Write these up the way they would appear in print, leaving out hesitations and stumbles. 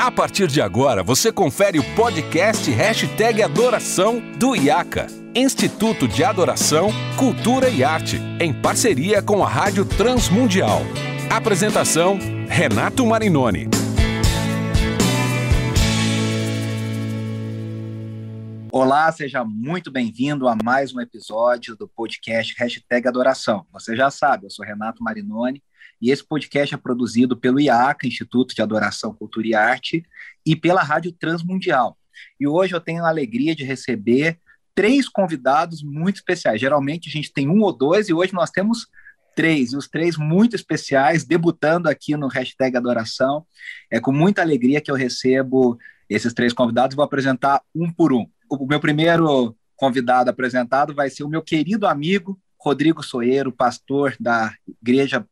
A partir de agora, você confere o podcast #Adoração do IACA, Instituto de Adoração, Cultura e Arte, em parceria com a Rádio Transmundial. Apresentação, Renato Marinoni. Olá, seja muito bem-vindo a mais um episódio do podcast #Adoração. Você já sabe, eu sou Renato Marinoni e esse podcast é produzido pelo IACA, Instituto de Adoração, Cultura e Arte, e pela Rádio Transmundial. E hoje eu tenho a alegria de receber 3 convidados muito especiais. Geralmente a gente tem 1 ou 2 e hoje nós temos 3, e os 3 muito especiais, debutando aqui no #Adoração. É com muita alegria que eu recebo esses 3 convidados, vou apresentar um por um. O meu primeiro convidado apresentado vai ser o meu querido amigo Rodrigo Soeiro, pastor da Igreja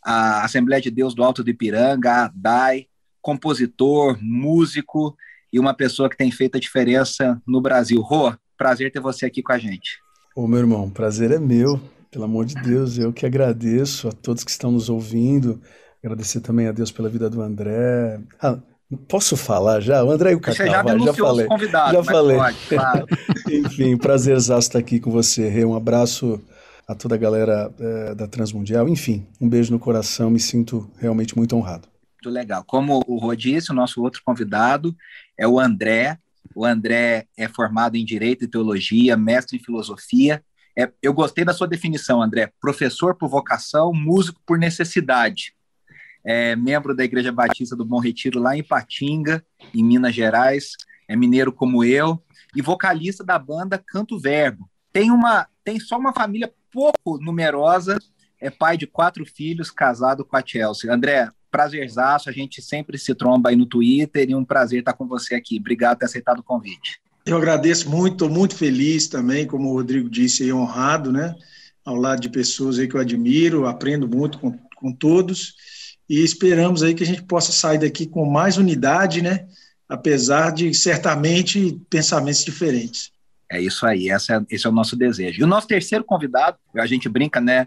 a Assembleia de Deus do Alto do Ipiranga, a ADAI, compositor, músico e uma pessoa que tem feito a diferença no Brasil. Rô, prazer ter você aqui com a gente. Ô, meu irmão, prazer é meu, pelo amor de Deus, eu que agradeço a todos que estão nos ouvindo, agradecer também a Deus pela vida do André. Posso falar já? O André e o Cacau, já falei. Já falei. Pode, claro. Enfim, prazerzaço estar aqui com você, Rê. Um abraço a toda a galera da Transmundial. Enfim, um beijo no coração, me sinto realmente muito honrado. Muito legal. Como o Rô disse, o nosso outro convidado é o André. O André é formado em Direito e Teologia, mestre em Filosofia. Eu gostei da sua definição, André. Professor por vocação, músico por necessidade. É membro da Igreja Batista do Bom Retiro, lá em Ipatinga, em Minas Gerais, é mineiro como eu, e vocalista da banda Canto Verbo. Tem só uma família pouco numerosa, é pai de 4 filhos, casado com a Chelsea. André, prazerzaço, a gente sempre se tromba aí no Twitter, e um prazer estar com você aqui. Obrigado por ter aceitado o convite. Eu agradeço muito, estou muito feliz também, como o Rodrigo disse, aí, honrado, né? Ao lado de pessoas aí que eu admiro, aprendo muito com todos. E esperamos aí que a gente possa sair daqui com mais unidade, né? Apesar de, certamente, pensamentos diferentes. É isso aí, esse é o nosso desejo. E o nosso terceiro convidado, a gente brinca, né?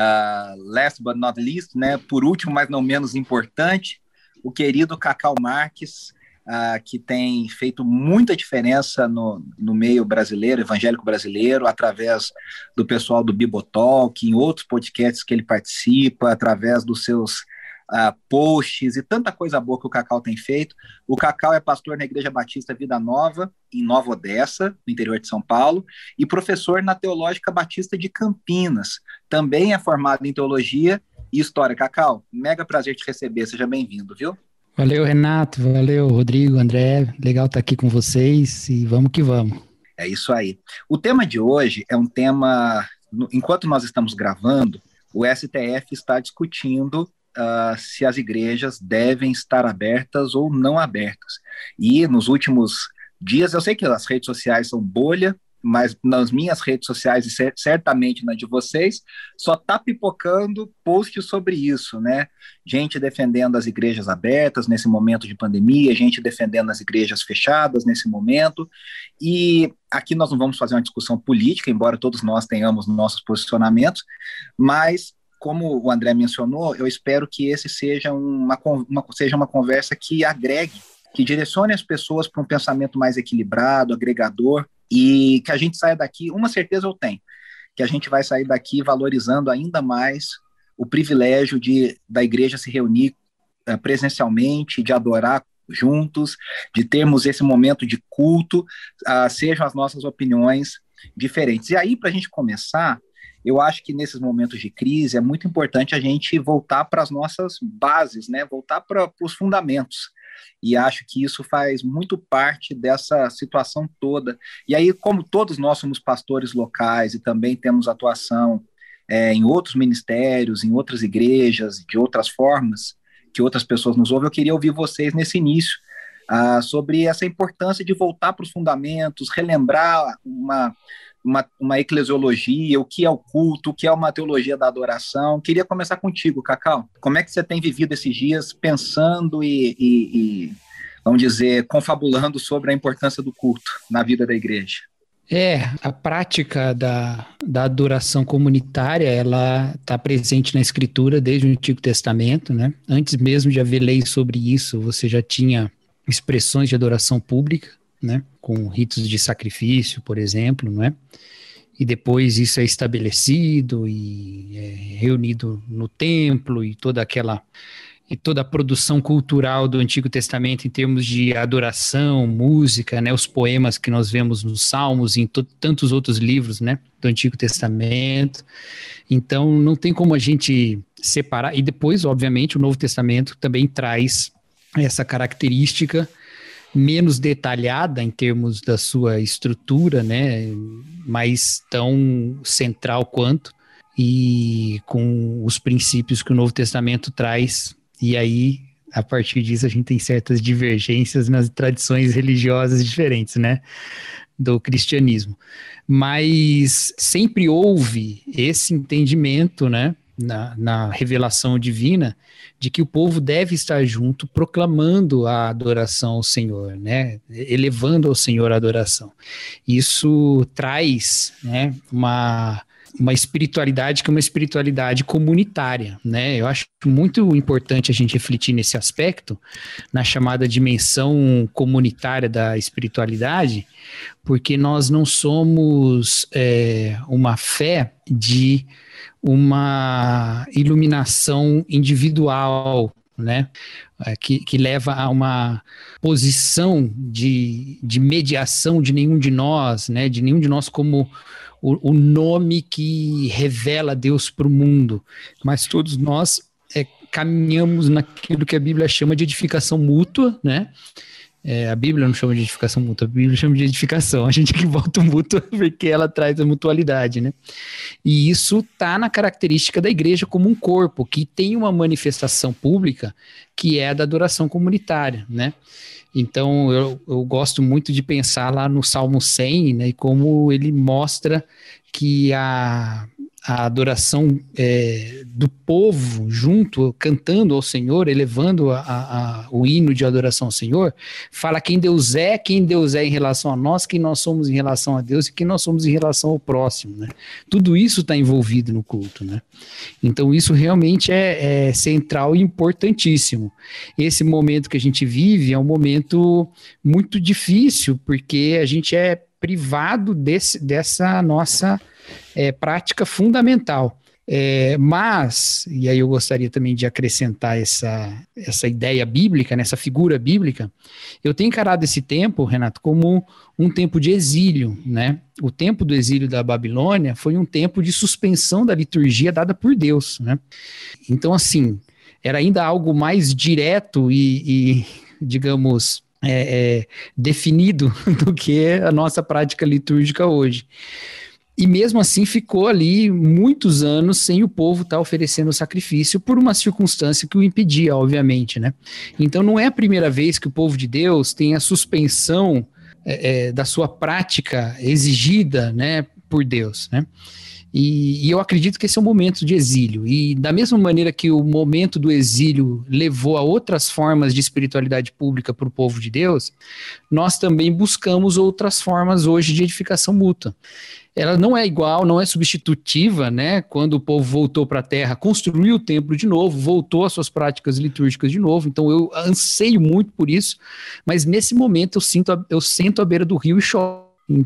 Last but not least, né? Por último, mas não menos importante, o querido Cacau Marques, que tem feito muita diferença no meio brasileiro, evangélico brasileiro, através do pessoal do Bibotalk, em outros podcasts que ele participa, através dos seus posts e tanta coisa boa que o Cacau tem feito. O Cacau é pastor na Igreja Batista Vida Nova, em Nova Odessa, no interior de São Paulo, e professor na Teológica Batista de Campinas. Também é formado em Teologia e História. Cacau, mega prazer te receber, seja bem-vindo, viu? Valeu, Renato, valeu, Rodrigo, André, legal estar aqui com vocês e vamos que vamos. É isso aí. O tema de hoje é um tema, enquanto nós estamos gravando, o STF está discutindo se as igrejas devem estar abertas ou não abertas. E nos últimos dias, eu sei que as redes sociais são bolha, mas nas minhas redes sociais, e certamente na de vocês, só está pipocando posts sobre isso, né? Gente defendendo as igrejas abertas nesse momento de pandemia, gente defendendo as igrejas fechadas nesse momento, e aqui nós não vamos fazer uma discussão política, embora todos nós tenhamos nossos posicionamentos, mas como o André mencionou, eu espero que esse seja uma conversa que agregue, que direcione as pessoas para um pensamento mais equilibrado, agregador, e que a gente saia daqui, uma certeza eu tenho, que a gente vai sair daqui valorizando ainda mais o privilégio da igreja se reunir presencialmente, de adorar juntos, de termos esse momento de culto, sejam as nossas opiniões diferentes. E aí, para a gente começar, eu acho que nesses momentos de crise é muito importante a gente voltar para as nossas bases, né? Voltar para os fundamentos. E acho que isso faz muito parte dessa situação toda. E aí, como todos nós somos pastores locais e também temos atuação em outros ministérios, em outras igrejas, de outras formas, que outras pessoas nos ouvem, eu queria ouvir vocês nesse início sobre essa importância de voltar para os fundamentos, relembrar uma eclesiologia, o que é o culto, o que é uma teologia da adoração. Queria começar contigo, Cacau. Como é que você tem vivido esses dias pensando e vamos dizer, confabulando sobre a importância do culto na vida da igreja? A prática da adoração comunitária, ela está presente na Escritura desde o Antigo Testamento, né? Antes mesmo de haver lei sobre isso, você já tinha expressões de adoração pública, né, com ritos de sacrifício, por exemplo, não é? E depois isso é estabelecido e é reunido no templo e toda a produção cultural do Antigo Testamento em termos de adoração, música, né, os poemas que nós vemos nos Salmos e em tantos outros livros, né, do Antigo Testamento. Então não tem como a gente separar. E depois, obviamente, o Novo Testamento também traz essa característica menos detalhada em termos da sua estrutura, né, mas tão central quanto, e com os princípios que o Novo Testamento traz. E aí, a partir disso, a gente tem certas divergências nas tradições religiosas diferentes, né, do cristianismo. Mas sempre houve esse entendimento, né, na revelação divina, de que o povo deve estar junto, proclamando a adoração ao Senhor, né, elevando ao Senhor a adoração. Isso traz, né, uma espiritualidade que é uma espiritualidade comunitária, né? Eu acho muito importante a gente refletir nesse aspecto, na chamada dimensão comunitária da espiritualidade, porque nós não somos uma fé de uma iluminação individual, né? Que leva a uma posição de mediação de nenhum de nós, né? De nenhum de nós como o nome que revela Deus para o mundo, mas todos nós caminhamos naquilo que a Bíblia chama de edificação mútua, né? A Bíblia não chama de edificação mútua, a Bíblia chama de edificação, a gente que volta o mútuo porque ela traz a mutualidade, né? E isso está na característica da igreja como um corpo, que tem uma manifestação pública que é a da adoração comunitária, né? Então, eu gosto muito de pensar lá no Salmo 100, né, e como ele mostra que a adoração do povo junto, cantando ao Senhor, elevando o hino de adoração ao Senhor, fala quem Deus é em relação a nós, quem nós somos em relação a Deus e quem nós somos em relação ao próximo, né? Tudo isso está envolvido no culto, né? Então isso realmente é central e importantíssimo. Esse momento que a gente vive é um momento muito difícil, porque a gente é privado dessa nossa prática fundamental. Mas, e aí eu gostaria também de acrescentar essa ideia bíblica, nessa figura bíblica, eu tenho encarado esse tempo, Renato, como um tempo de exílio, né? O tempo do exílio da Babilônia foi um tempo de suspensão da liturgia dada por Deus, né? Então, assim, era ainda algo mais direto e digamos, definido do que a nossa prática litúrgica hoje. E mesmo assim ficou ali muitos anos sem o povo estar oferecendo sacrifício por uma circunstância que o impedia, obviamente, né? Então não é a primeira vez que o povo de Deus tem a suspensão da sua prática exigida, né, por Deus, né? E eu acredito que esse é um momento de exílio. E da mesma maneira que o momento do exílio levou a outras formas de espiritualidade pública para o povo de Deus, nós também buscamos outras formas hoje de edificação mútua. Ela não é igual, não é substitutiva, né? Quando o povo voltou para a terra, construiu o templo de novo, voltou às suas práticas litúrgicas de novo. Então eu anseio muito por isso, mas nesse momento eu sento à beira do rio e choro.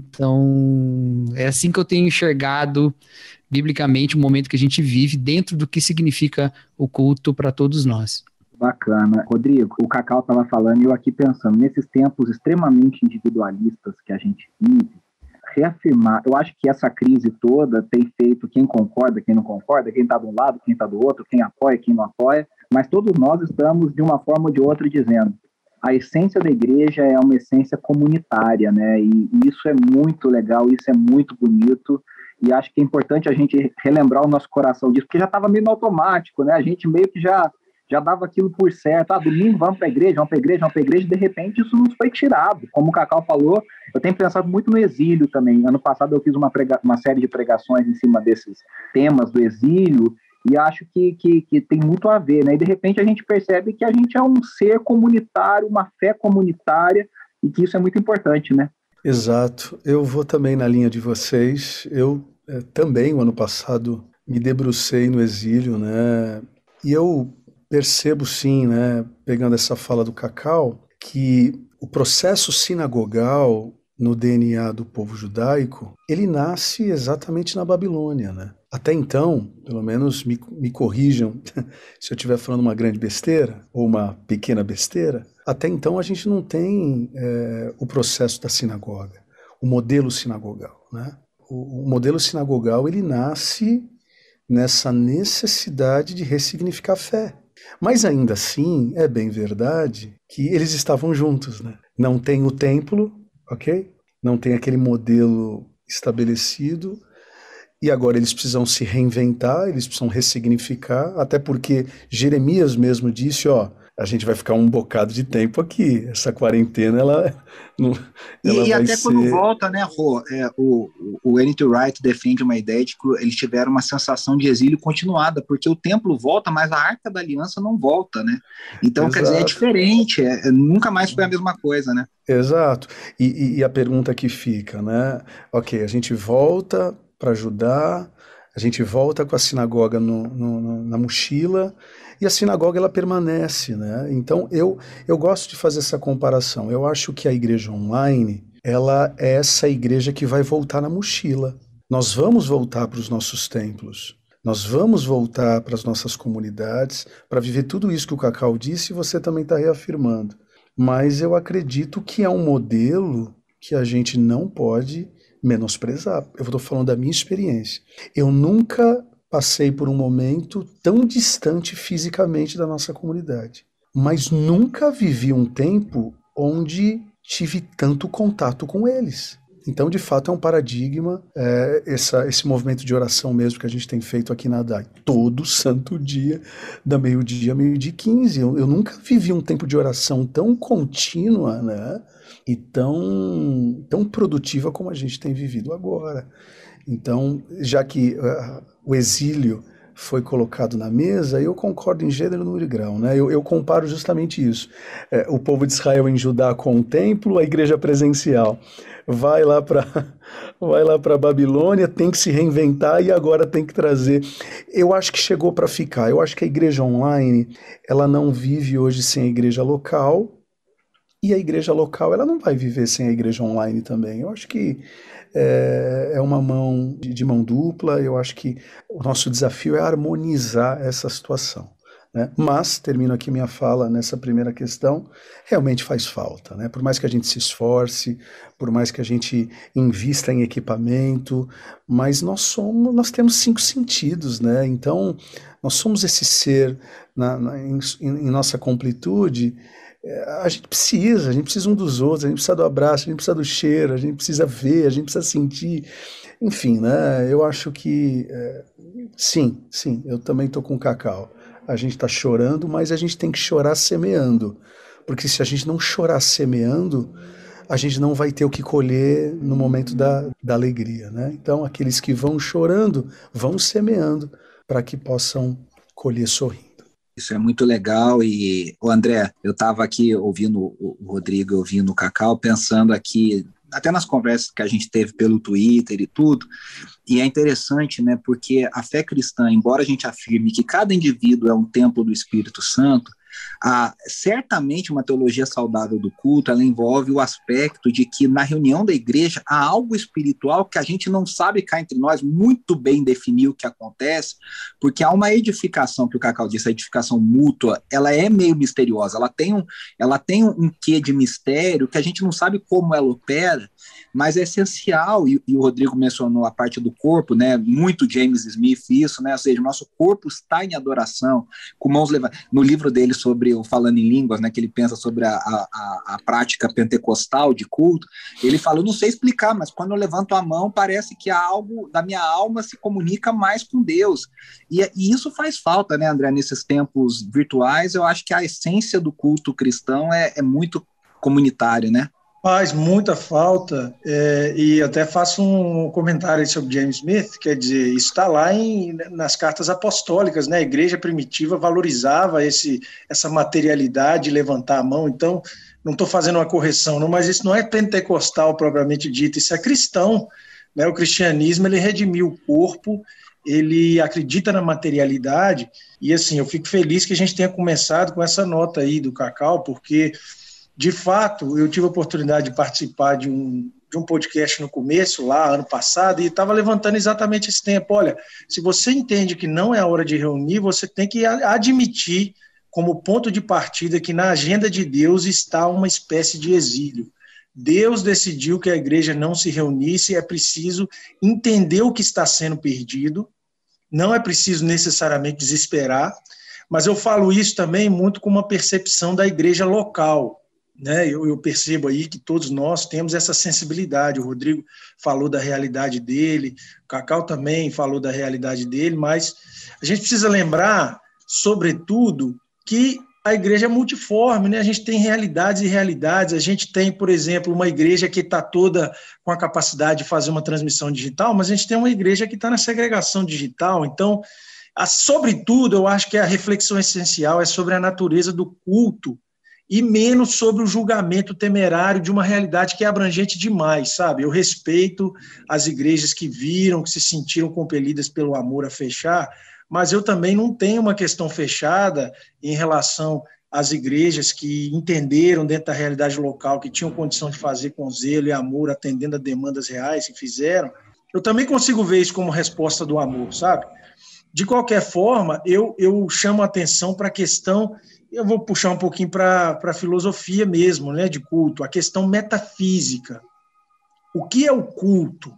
Então é assim que eu tenho enxergado biblicamente o momento que a gente vive dentro do que significa o culto para todos nós. Bacana. Rodrigo, o Cacau estava falando e eu aqui pensando, nesses tempos extremamente individualistas que a gente vive, reafirmar, eu acho que essa crise toda tem feito quem concorda, quem não concorda, quem está de um lado, quem está do outro, quem apoia, quem não apoia, mas todos nós estamos de uma forma ou de outra dizendo, a essência da igreja é uma essência comunitária, né, e isso é muito legal, isso é muito bonito, e acho que é importante a gente relembrar o nosso coração disso, porque já estava meio no automático, né, a gente meio que já dava aquilo por certo, domingo vamos para a igreja, e de repente isso nos foi tirado. Como o Cacau falou, eu tenho pensado muito no exílio também. Ano passado eu fiz uma série de pregações em cima desses temas do exílio, e acho que tem muito a ver, né? E de repente a gente percebe que a gente é um ser comunitário, uma fé comunitária, e que isso é muito importante, né? Exato. Eu vou também na linha de vocês. Eu também, o ano passado, me debrucei no exílio, né? E eu percebo sim, né, pegando essa fala do Cacau, que o processo sinagogal no DNA do povo judaico, ele nasce exatamente na Babilônia, né? Até então, pelo menos me corrijam se eu estiver falando uma grande besteira ou uma pequena besteira, até então a gente não tem o processo da sinagoga, o modelo sinagogal, né? O modelo sinagogal, ele nasce nessa necessidade de ressignificar a fé. Mas ainda assim, é bem verdade que eles estavam juntos, né? Não tem o templo, ok? Não tem aquele modelo estabelecido, e agora eles precisam se reinventar, eles precisam ressignificar, até porque Jeremias mesmo disse, a gente vai ficar um bocado de tempo aqui, essa quarentena, ela vai até ser... quando volta, né, Rô, o N.T. Wright defende uma ideia de que eles tiveram uma sensação de exílio continuada, porque o templo volta, mas a Arca da Aliança não volta, né? Então, Exato. Quer dizer, é diferente, nunca mais foi a mesma coisa, né? Exato. E a pergunta que fica, né? Ok, a gente volta para ajudar, a gente volta com a sinagoga na mochila, e a sinagoga ela permanece, né? Então eu gosto de fazer essa comparação. Eu acho que a igreja online, ela é essa igreja que vai voltar na mochila. Nós vamos voltar para os nossos templos, nós vamos voltar para as nossas comunidades, para viver tudo isso que o Cacau disse e você também está reafirmando. Mas eu acredito que é um modelo que a gente não pode menosprezar. Eu estou falando da minha experiência. Eu nunca passei por um momento tão distante fisicamente da nossa comunidade, mas nunca vivi um tempo onde tive tanto contato com eles. Então, de fato, é um paradigma, esse movimento de oração mesmo que a gente tem feito aqui na DAI, todo santo dia, da meio-dia a meio-dia 15. Eu nunca vivi um tempo de oração tão contínua, né? E tão produtiva como a gente tem vivido agora. Então, já que o exílio foi colocado na mesa, eu concordo em gênero, número e grau, né? Eu comparo justamente isso. O povo de Israel em Judá com o templo, a igreja presencial. Vai lá para Babilônia, tem que se reinventar e agora tem que trazer. Eu acho que chegou para ficar. Eu acho que a igreja online, ela não vive hoje sem a igreja local, e a igreja local, ela não vai viver sem a igreja online também. Eu acho que é uma mão de mão dupla. Eu acho que o nosso desafio é harmonizar essa situação, né? Mas, termino aqui minha fala nessa primeira questão, realmente faz falta, né? Por mais que a gente se esforce, por mais que a gente invista em equipamento, mas nós temos 5 sentidos, né? Então, nós somos esse ser em nossa completude. A gente precisa um dos outros, a gente precisa do abraço, a gente precisa do cheiro, a gente precisa ver, a gente precisa sentir, enfim, né? Eu acho que sim, eu também estou com o Cacau. A gente está chorando, mas a gente tem que chorar semeando, porque se a gente não chorar semeando, a gente não vai ter o que colher no momento da alegria, né? Então, aqueles que vão chorando, vão semeando, para que possam colher sorrindo. Isso é muito legal. E, André, eu estava aqui ouvindo o Rodrigo, ouvindo o Cacau, pensando aqui, até nas conversas que a gente teve pelo Twitter e tudo, e é interessante, né, porque a fé cristã, embora a gente afirme que cada indivíduo é um templo do Espírito Santo, certamente uma teologia saudável do culto, ela envolve o aspecto de que na reunião da igreja há algo espiritual que a gente não sabe cá entre nós muito bem definir o que acontece, porque há uma edificação, que o Cacau disse, a edificação mútua, ela é meio misteriosa, ela tem um quê de mistério que a gente não sabe como ela opera, mas é essencial, e o Rodrigo mencionou a parte do corpo, né, muito James Smith isso, né, ou seja, o nosso corpo está em adoração, com mãos levantadas. No livro dele sobre o Falando em Línguas, né, que ele pensa sobre a prática pentecostal de culto, ele fala, eu não sei explicar, mas quando eu levanto a mão, parece que algo da minha alma se comunica mais com Deus, e isso faz falta, né, André, nesses tempos virtuais. Eu acho que a essência do culto cristão é muito comunitário, né? Faz muita falta, e até faço um comentário sobre James Smith, quer dizer, isso está lá nas cartas apostólicas, né? A igreja primitiva valorizava essa materialidade, levantar a mão. Então, não estou fazendo uma correção, não, mas isso não é pentecostal propriamente dito, isso é cristão, né? O cristianismo, ele redimiu o corpo, ele acredita na materialidade, e assim, eu fico feliz que a gente tenha começado com essa nota aí do Cacau, porque De fato, eu tive a oportunidade de participar de um podcast no começo, lá, ano passado, e estava levantando exatamente esse tempo. Olha, se você entende que não é a hora de reunir, você tem que admitir como ponto de partida que na agenda de Deus está uma espécie de exílio. Deus decidiu que a igreja não se reunisse, é preciso entender o que está sendo perdido, não é preciso necessariamente desesperar, mas eu falo isso também muito com uma percepção da igreja local, né? Eu percebo aí que todos nós temos essa sensibilidade. O Rodrigo falou da realidade dele, o Cacau também falou da realidade dele, mas a gente precisa lembrar, sobretudo, que a igreja é multiforme, né? A gente tem realidades e realidades. A gente tem, por exemplo, uma igreja que está toda com a capacidade de fazer uma transmissão digital, mas a gente tem uma igreja que está na segregação digital. Então, sobretudo, eu acho que a reflexão essencial é sobre a natureza do culto e menos sobre o julgamento temerário de uma realidade que é abrangente demais, sabe? Eu respeito as igrejas que viram, que se sentiram compelidas pelo amor a fechar, mas eu também não tenho uma questão fechada em relação às igrejas que entenderam dentro da realidade local, que tinham condição de fazer com zelo e amor, atendendo a demandas reais e fizeram. Eu também consigo ver isso como resposta do amor, sabe? De qualquer forma, eu chamo a atenção para a questão, eu vou puxar um pouquinho para a filosofia mesmo, né, de culto, a questão metafísica. O que é o culto?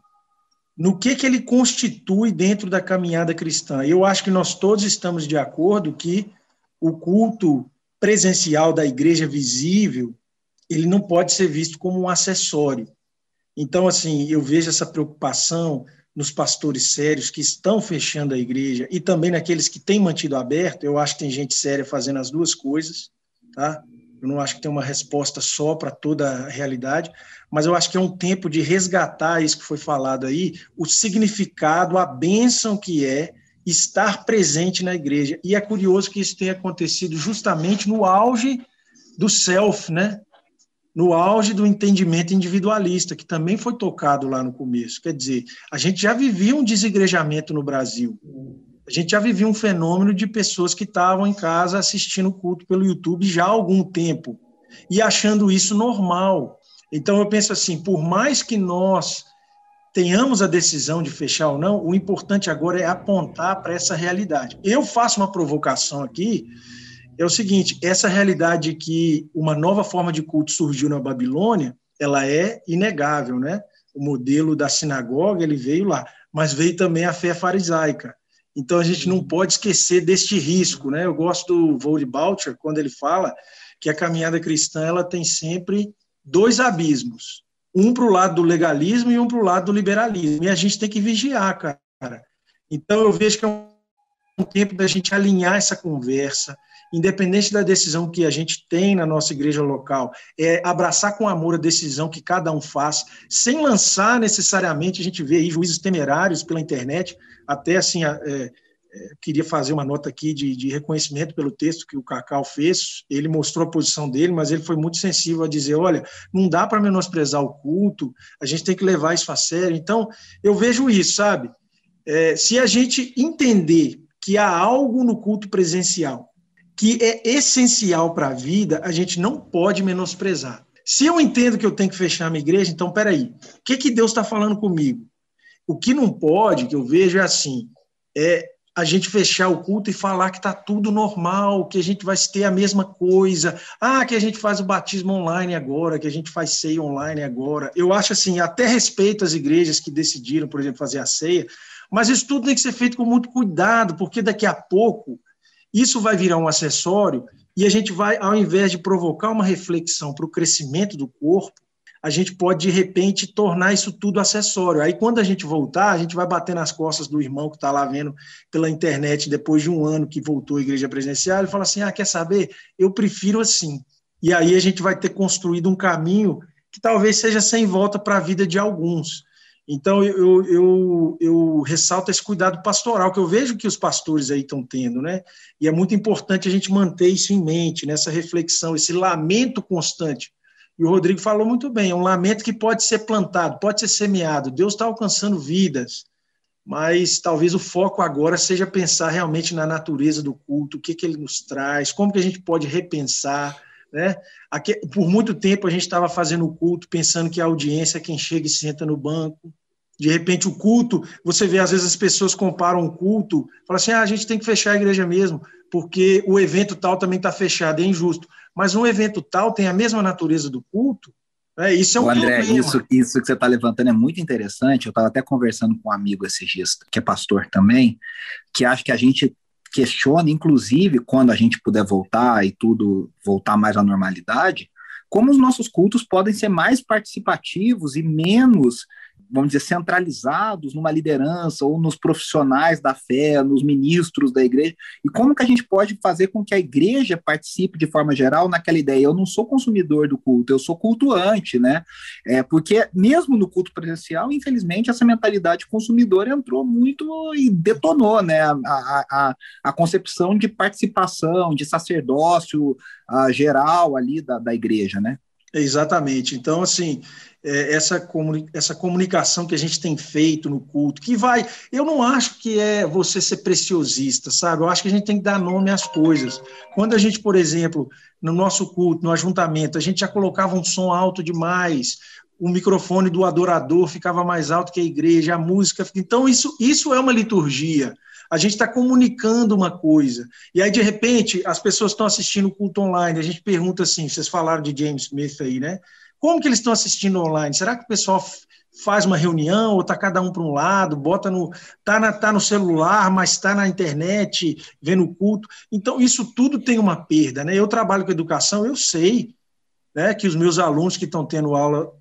No que ele constitui dentro da caminhada cristã? Eu acho que nós todos estamos de acordo que o culto presencial da igreja visível, ele não pode ser visto como um acessório. Então, assim, eu vejo essa preocupação nos pastores sérios que estão fechando a igreja e também naqueles que têm mantido aberto. Eu acho que tem gente séria fazendo as duas coisas, tá? Eu não acho que tem uma resposta só para toda a realidade, mas eu acho que é um tempo de resgatar isso que foi falado aí, o significado, a bênção que é estar presente na igreja. E é curioso que isso tenha acontecido justamente no auge do self, né? No auge do entendimento individualista, que também foi tocado lá no começo. Quer dizer, a gente já vivia um desigrejamento no Brasil. A gente já vivia um fenômeno de pessoas que estavam em casa assistindo o culto pelo YouTube já há algum tempo e achando isso normal. Então, eu penso assim, por mais que nós tenhamos a decisão de fechar ou não, o importante agora é apontar para essa realidade. Eu faço uma provocação aqui, é o seguinte, essa realidade que uma nova forma de culto surgiu na Babilônia, ela é inegável, né? O modelo da sinagoga, ele veio lá, mas veio também a fé farisaica. Então, a gente não pode esquecer deste risco, né? Eu gosto do Vold Boucher, quando ele fala que a caminhada cristã ela tem sempre dois abismos, um para o lado do legalismo e um para o lado do liberalismo, e a gente tem que vigiar, cara. Então, eu vejo que é um tempo da gente alinhar essa conversa, independente da decisão que a gente tem na nossa igreja local, é abraçar com amor a decisão que cada um faz, sem lançar necessariamente, a gente vê aí juízes temerários pela internet, até assim, queria fazer uma nota aqui de reconhecimento pelo texto que o Cacau fez, ele mostrou a posição dele, mas ele foi muito sensível a dizer, olha, não dá para menosprezar o culto, a gente tem que levar isso a sério. Então, eu vejo isso, sabe? Se a gente entender que há algo no culto presencial que é essencial para a vida, a gente não pode menosprezar. Se eu entendo que eu tenho que fechar a minha igreja, então, peraí, o que Deus está falando comigo? O que não pode, que eu vejo, é assim, a gente fechar o culto e falar que está tudo normal, que a gente vai ter a mesma coisa, que a gente faz o batismo online agora, que a gente faz ceia online agora. Eu acho assim, até respeito às igrejas que decidiram, por exemplo, fazer a ceia, mas isso tudo tem que ser feito com muito cuidado, porque daqui a pouco isso vai virar um acessório e a gente vai, ao invés de provocar uma reflexão para o crescimento do corpo, a gente pode, de repente, tornar isso tudo acessório. Aí, quando a gente voltar, a gente vai bater nas costas do irmão que está lá vendo pela internet, depois de um ano que voltou à igreja presencial, e fala assim, quer saber? Eu prefiro assim. E aí a gente vai ter construído um caminho que talvez seja sem volta para a vida de alguns. Então, eu ressalto esse cuidado pastoral, que eu vejo que os pastores aí estão tendo, né? E é muito importante a gente manter isso em mente, nessa reflexão, esse lamento constante. E o Rodrigo falou muito bem, é um lamento que pode ser plantado, pode ser semeado. Deus está alcançando vidas, mas talvez o foco agora seja pensar realmente na natureza do culto, o que ele nos traz, como que a gente pode repensar né? Por muito tempo a gente estava fazendo o culto pensando que a audiência é quem chega e senta no banco. De repente o culto, você vê às vezes as pessoas comparam o culto, falam assim, a gente tem que fechar a igreja mesmo, porque o evento tal também está fechado, é injusto. Mas um evento tal tem a mesma natureza do culto, né? Isso é um André, problema. Isso que você está levantando é muito interessante. Eu estava até conversando com um amigo esses dias, que é pastor também, que acha que a gente questiona, inclusive, quando a gente puder voltar e tudo voltar mais à normalidade, como os nossos cultos podem ser mais participativos e menos, vamos dizer, centralizados numa liderança ou nos profissionais da fé, nos ministros da igreja, e como que a gente pode fazer com que a igreja participe de forma geral naquela ideia, eu não sou consumidor do culto, eu sou cultuante, né? Porque mesmo no culto presencial, infelizmente, essa mentalidade consumidora entrou muito e detonou, né, a concepção de participação, de sacerdócio geral ali da igreja, né? Exatamente. Então, assim, essa comunicação que a gente tem feito no culto, eu não acho que é você ser preciosista, sabe? Eu acho que a gente tem que dar nome às coisas. Quando a gente, por exemplo, no nosso culto, no ajuntamento, a gente já colocava um som alto demais, o microfone do adorador ficava mais alto que a igreja, a música... Então, isso é uma liturgia. A gente está comunicando uma coisa. E aí, de repente, as pessoas estão assistindo o culto online. A gente pergunta assim, vocês falaram de James Smith aí, né? Como que eles estão assistindo online? Será que o pessoal faz uma reunião ou está cada um para um lado, tá no celular, mas está na internet, vendo o culto? Então, isso tudo tem uma perda, né? Eu trabalho com educação, eu sei, né, que os meus alunos que estão tendo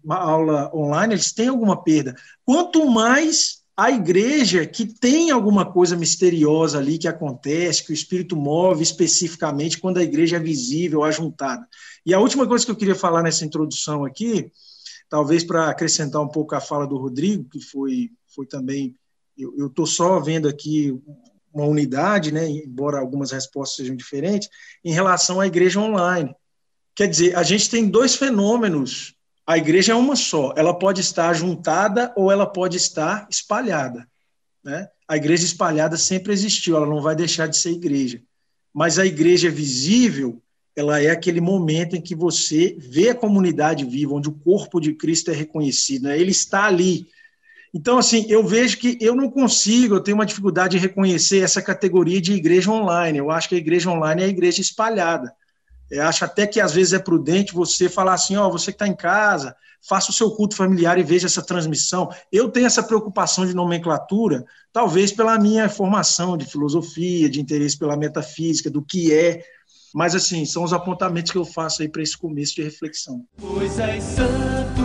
aula online, eles têm alguma perda. Quanto mais a igreja que tem alguma coisa misteriosa ali que acontece, que o Espírito move especificamente quando a igreja é visível, ajuntada. E a última coisa que eu queria falar nessa introdução aqui, talvez para acrescentar um pouco a fala do Rodrigo, que foi também, eu estou só vendo aqui uma unidade, né, embora algumas respostas sejam diferentes, em relação à igreja online. Quer dizer, a gente tem dois fenômenos. A igreja é uma só, ela pode estar juntada ou ela pode estar espalhada, né? A igreja espalhada sempre existiu, ela não vai deixar de ser igreja. Mas a igreja visível, ela é aquele momento em que você vê a comunidade viva, onde o corpo de Cristo é reconhecido, né? Ele está ali. Então, assim, eu vejo que eu tenho uma dificuldade de reconhecer essa categoria de igreja online. Eu acho que a igreja online é a igreja espalhada. Eu acho até que às vezes é prudente você falar assim, você que está em casa, faça o seu culto familiar e veja essa transmissão. Eu tenho essa preocupação de nomenclatura, talvez pela minha formação de filosofia, de interesse pela metafísica, do que é, mas assim, são os apontamentos que eu faço aí para esse começo de reflexão. Pois és santo,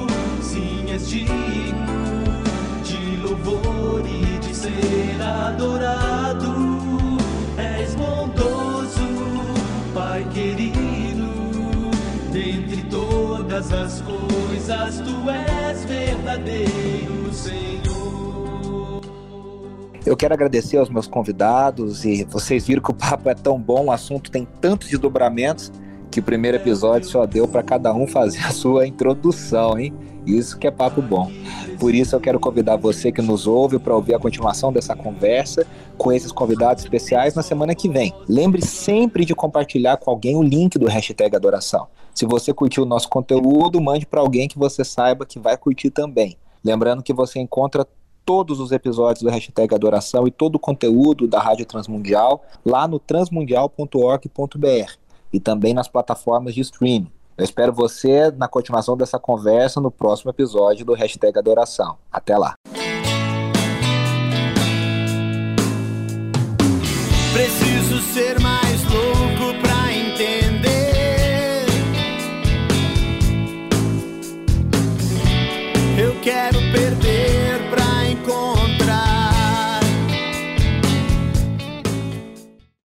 sim, és digno de louvor e de ser adorado, és bondoso, Pai querido, dentre todas as coisas, tu és verdadeiro, Senhor. Eu quero agradecer aos meus convidados, e vocês viram que o papo é tão bom, o assunto tem tantos desdobramentos, que o primeiro episódio só deu para cada um fazer a sua introdução, hein? Isso que é papo bom. Por isso eu quero convidar você que nos ouve para ouvir a continuação dessa conversa com esses convidados especiais na semana que vem. Lembre sempre de compartilhar com alguém o link do hashtag Adoração. Se você curtiu o nosso conteúdo, mande para alguém que você saiba que vai curtir também. Lembrando que você encontra todos os episódios do hashtag Adoração e todo o conteúdo da Rádio Transmundial lá no transmundial.org.br e também nas plataformas de streaming. Eu espero você na continuação dessa conversa no próximo episódio do hashtag Adoração. Até lá. Preciso ser mais